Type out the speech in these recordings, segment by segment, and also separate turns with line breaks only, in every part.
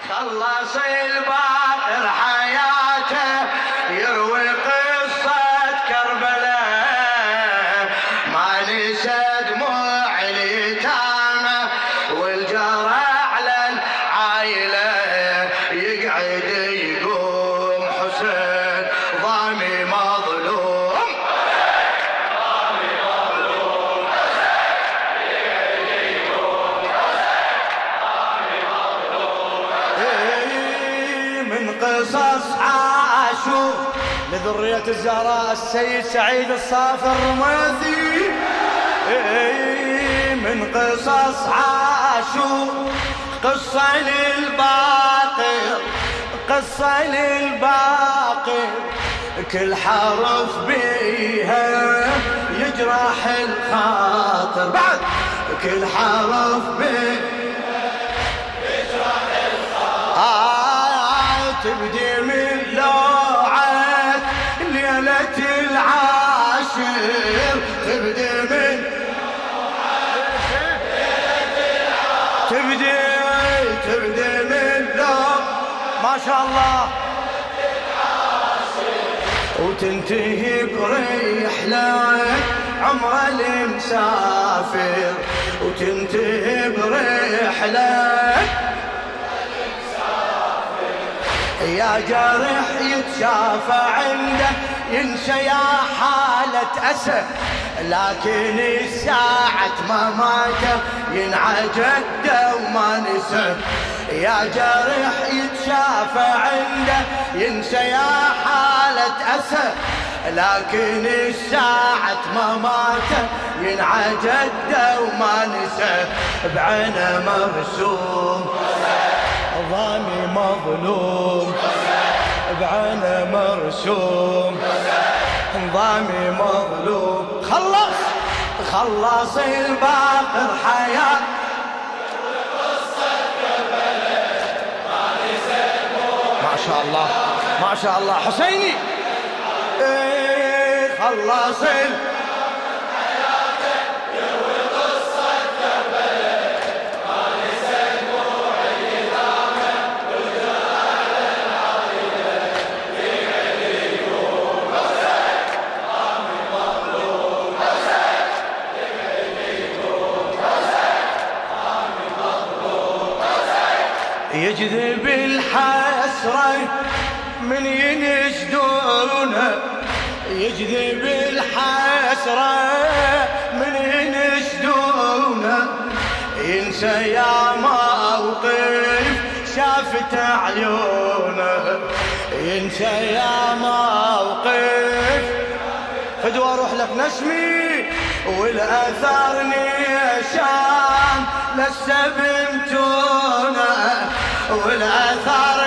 خلص الباقر حياته يروي قصة كربلاء، ما نسى دموع اليتامى والجرى على العايلة، يقعد يقوم حسين ضامي مظلوم، ضامي مظلوم، يقعد يقوم حسين ضامي مظلوم. من قصص عاشور لذرية الزهراء السيد سعيد الصافي الرماثي، من قصص عاشور قصة للباقر، قصة للباقر كل حرف بيها يجرح الخاطر، بعد كل حرف بيها يجرح الخاطر، تبدي من لوعة ليلة العاشر، تبدي من تبدي من لوعة ما شاء الله، وتنتهي برحلة عمر المسافر، وتنتهي برحلة يا جرح يتشافى عنده ينسى يا حالة أسى، لكن الساعة ما مات ينعجد وما نسى، يا جرح يتشافى عنده ينسى يا حالة أسى، لكن الساعة ما مات ينعجد وما نسى، بعينه مرسوم ضامي مظلوم، بعينه مرسوم ضامي مظلوم. خلص الباقر حياة ما شاء الله ما شاء الله حسيني، خلص يجذب الحسرة من ينشدونه، يجذب الحسرة من ينشدونه، ينسى يا موقف شافت عيونه، ينسى يا موقف فدوى اروح لك نسمي والاثار نيشان لسه بمتونه، والاثار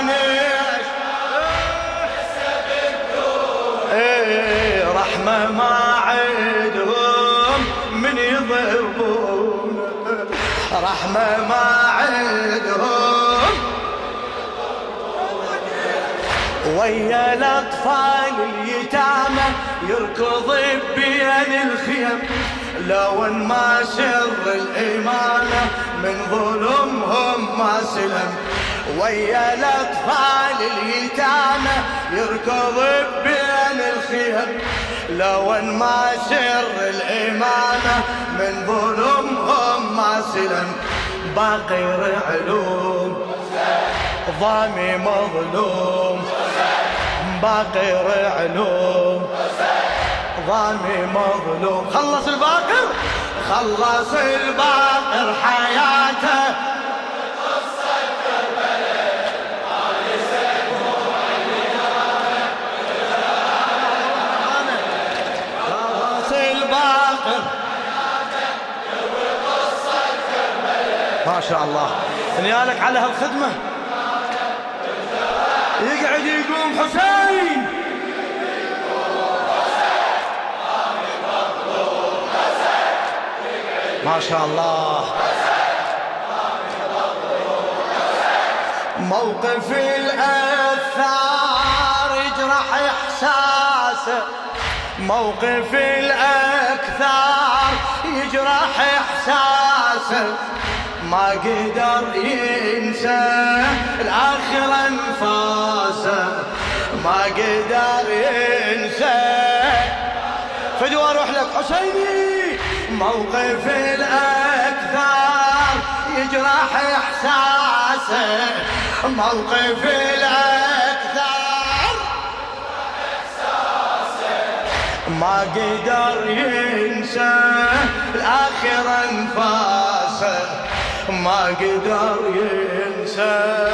رحمة ما عندهم من يضربون، رحمة ما عندهم ويا الأطفال اليتامى يركض بين الخيم، لو ما سر الإمامة من ظلمهم ما سلم، ويا الأطفال اليتامى يركض بين الخيم، لو ما سر الإمامة من ظلمهم ما سلم، باقر علوم ضامي مظلوم، باقر علوم ضامي مظلوم. خلص الباقر خلص الباقر حياته قصة كربلاء، ما نسى دموع اليتامى، خلص الباقر حياته يروي قصة كربلاء ما شاء الله. نيالك على هالخدمة يقعد يقوم حسين ما شاء الله. موقف الأثار يجرح إحساسه، موقف الأكثار يجرح إحساسه، ما قدر ينسى الآخر انفاسه ما قدر ينسى. فدوى اروح لك حسيني، موقف الأكثر يجرح إحساسه، موقف الأكثر ما قدر ينسى. الآخر انفاسه ما قدر ينسى.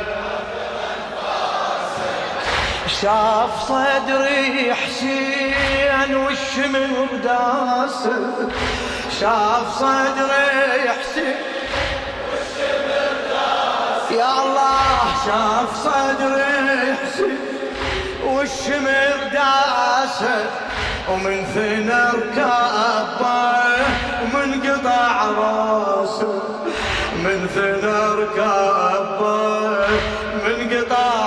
شاف صدري حسين والشمر داسه، شاف صدري حسين والشمر داسه، يا الله شاف صدري حسين والشمر داسه، ومن ثنى ركابه ومن قطع راسه، من ثنى ركابه من قطع.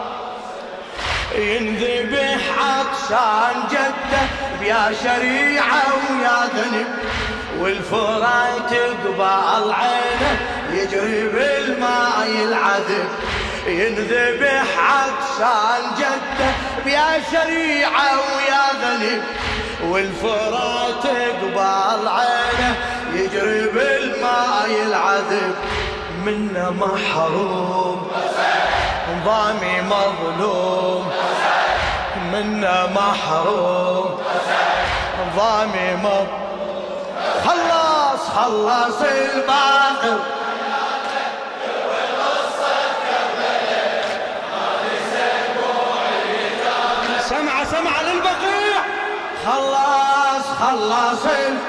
ينذبح عطشان جده بيا شريعه ويا ذنب، والفرات قبال عينه يجري بالماء العذب. ينذبح عطشان جده بيا شريعه ويا ذنب، والفرات قبال عينه يجري بالماء العذب. منا محروم ضامي مظلوم، منا محروم ضامي مظلوم. خلص الباقر سمع للبقيع. خلص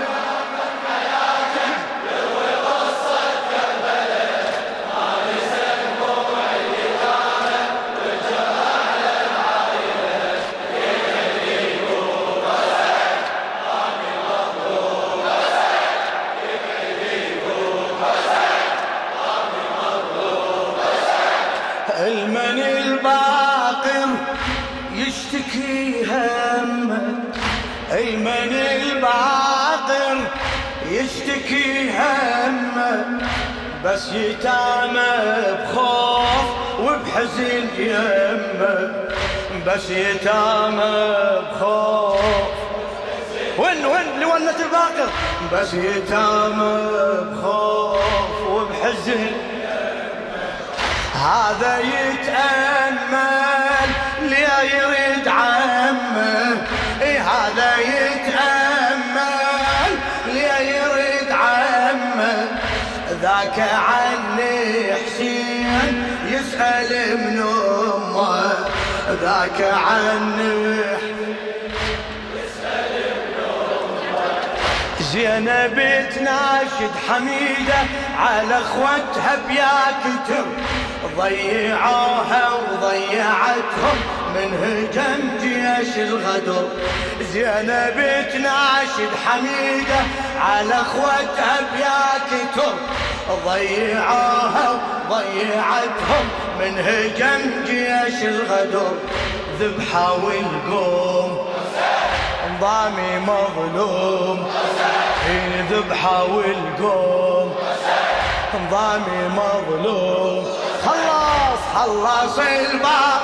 المن الباقر يشتكي همه، المن الباقر يشتكي همه، بس يتامى بخوف وبحزن يمه، بس يتامى بخوف. وين لونة الباقر؟ بس يتامى بخوف وبحزن. هذا يتأمل ليه يريد عمه، هذا يتأمل ليه يريد عمه. ذاك عني حسين يسأل من أمه، ذاك عني يسأل من أمه. زينب تناشد حميدة على اخوتها بيا كتر، ضيعوها وضيعتهم من هجم جيش الغدر. زينب تناشد حميدة على اخوتها بيا كتر، ضيعوها وضيعتهم من هجم جيش الغدر. ذبحوا والقوم ضامي مظلوم، ذبحوا والقوم ضامي مظلوم. خلص الباب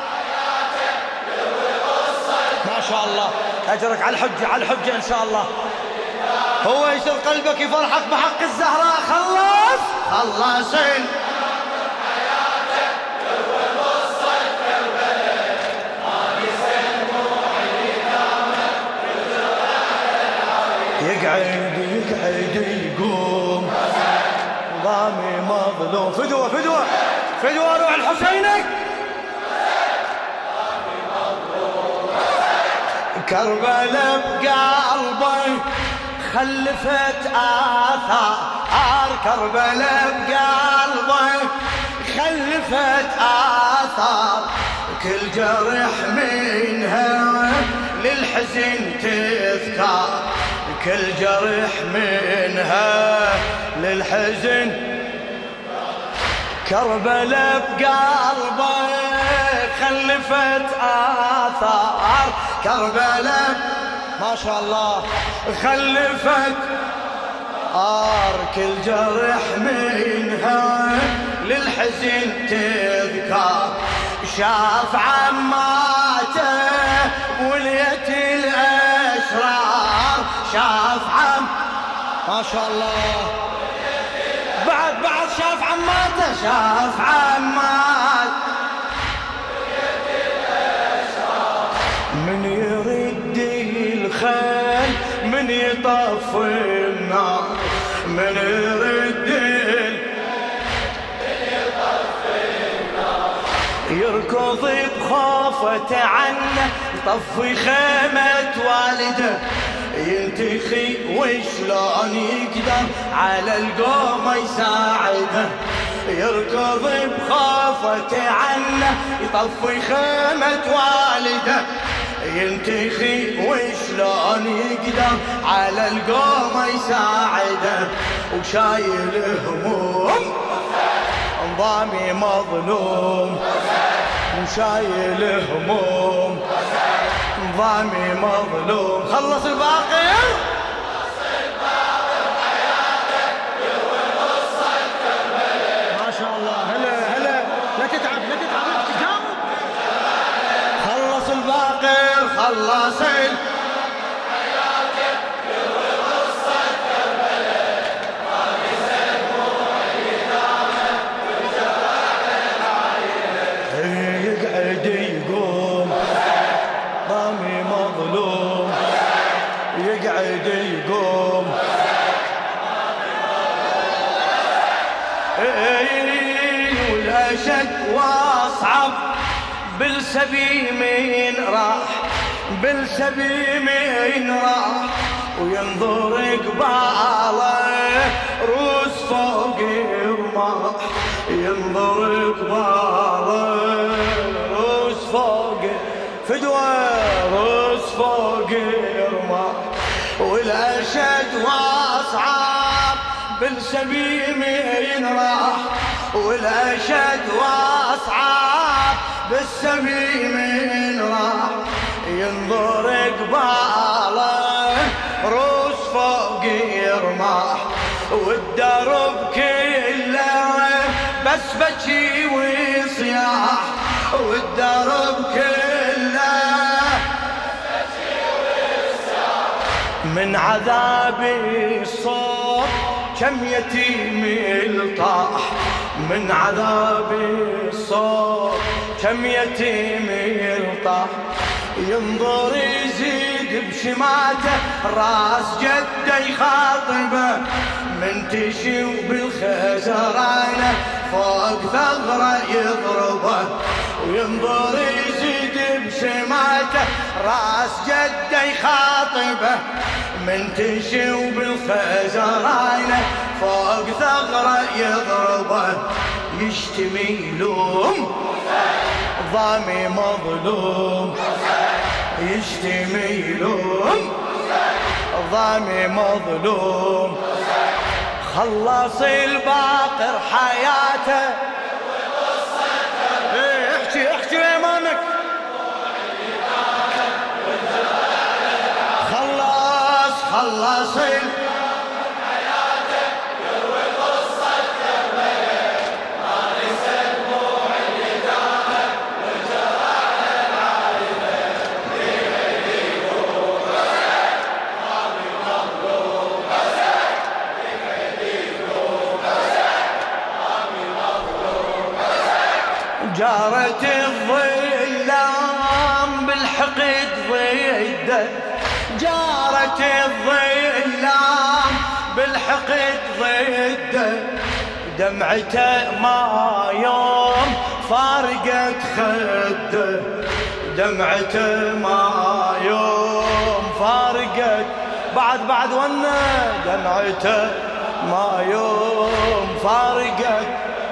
ما شاء الله. أجرك على الحجة إن شاء الله. هو يشر قلبك يفرحك بحق الزهراء. خلص يقعد يقوم ضامي مظلوم. فدوى روح الحسينك. كربلاء بقلبي خلفت آثار، كربلاء بقلبي خلفت آثار. كل جرح منها للحزن تذكار، كل جرح منها للحزن. كربلاء بقلبي خلفت آثار، كربلاء ما شاء الله خلفت كل جرح منها للحزن تذكر، شاف عماته ولية الأشرار، شاف ما شاء الله بعد شاف عماته، شاف عماته من يرد الخيل من يطفي النار، من يرد يركض بخوفة عنه، يطفي خيمة والده ينتخي وشلون يقدر على القوم يساعده، يركض بخوفة عنه يطفي خيمة والده ينتخي وشلون يقدر على القوم يساعده، وشايل هموم نظامي مظلوم، وشايل هموم نظامي مظلوم. خلص الباقر ما شاء الله. هلا لا تتعب تجاوب. خلص الباقر خلص يقعد يقوم ضامي مظلوم، يقعد يقوم والأشد واصعب بالسبيمين راح، بالسبيمين راح وينظر قباله روس فوق رماح، ينظر قباله روس فوق فدوى روس فوق رماح، والأشد واصعب بالسبيمين راح، والأشد واصعب بالسبيمين راح ينظر قباله روس فوق رماح، والدرب كله بس بكي وصياح، والدرب كله من عذاب الصوت كم يتيم الطاح، من عذاب الصوت كم يتيم الطاح، ينظر يزيد بشماته راس جده يخاطبه من تشي بالخزرانه فوق ثغره يضربه، وينظر يزيد بشماته راس جده يخاطبه من تشي بالخزرانه فوق ثغره يضربه، يشتمي لوم ضامي مظلوم، يشتمي لوم ضامي مظلوم. خلص الباقر حياته احكي امامك. خلص جارت الظلام بالحقد ضده، جارت الظلام بالحقد ضده، دمعته ما يوم فارقت خده، دمعته ما يوم فارقت بعد ونا، دمعته ما يوم فارقت،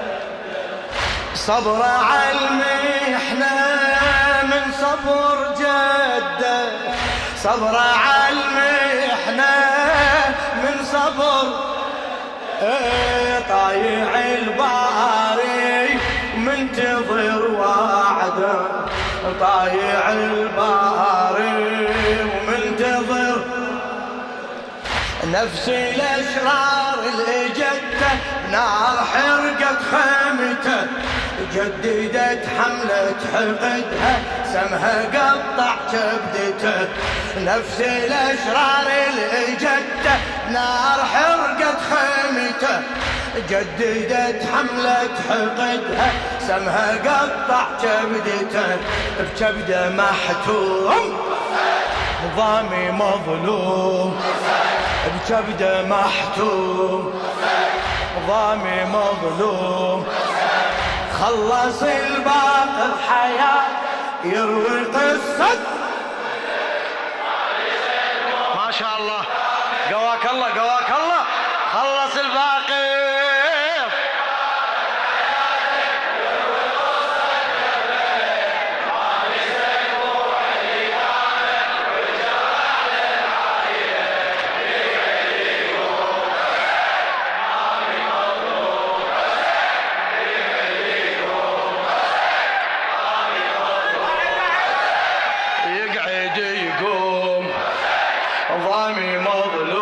صبر على المحنة من صبر جده، صبر على المحنة من صبر طايع الباري منتظر وعده، طايع الباري ومنتظر نفس الأشرار اللي جته نار حرقت خيمته، جددت حملة حقدها سمها قطع كبدته. نفس الأشرار اللي جته نار حرقت خيمته، جددت حملة حقدها سمها قطع كبدته. بكبده محتوم نظامي مظلوم، بكبده محتوم نظامي مظلوم. خلص الباقي الحياة يروي قصة. ما شاء الله، قواك الله قواك الله. خلص الباقي يقعد يقوم ضامي مظلوم.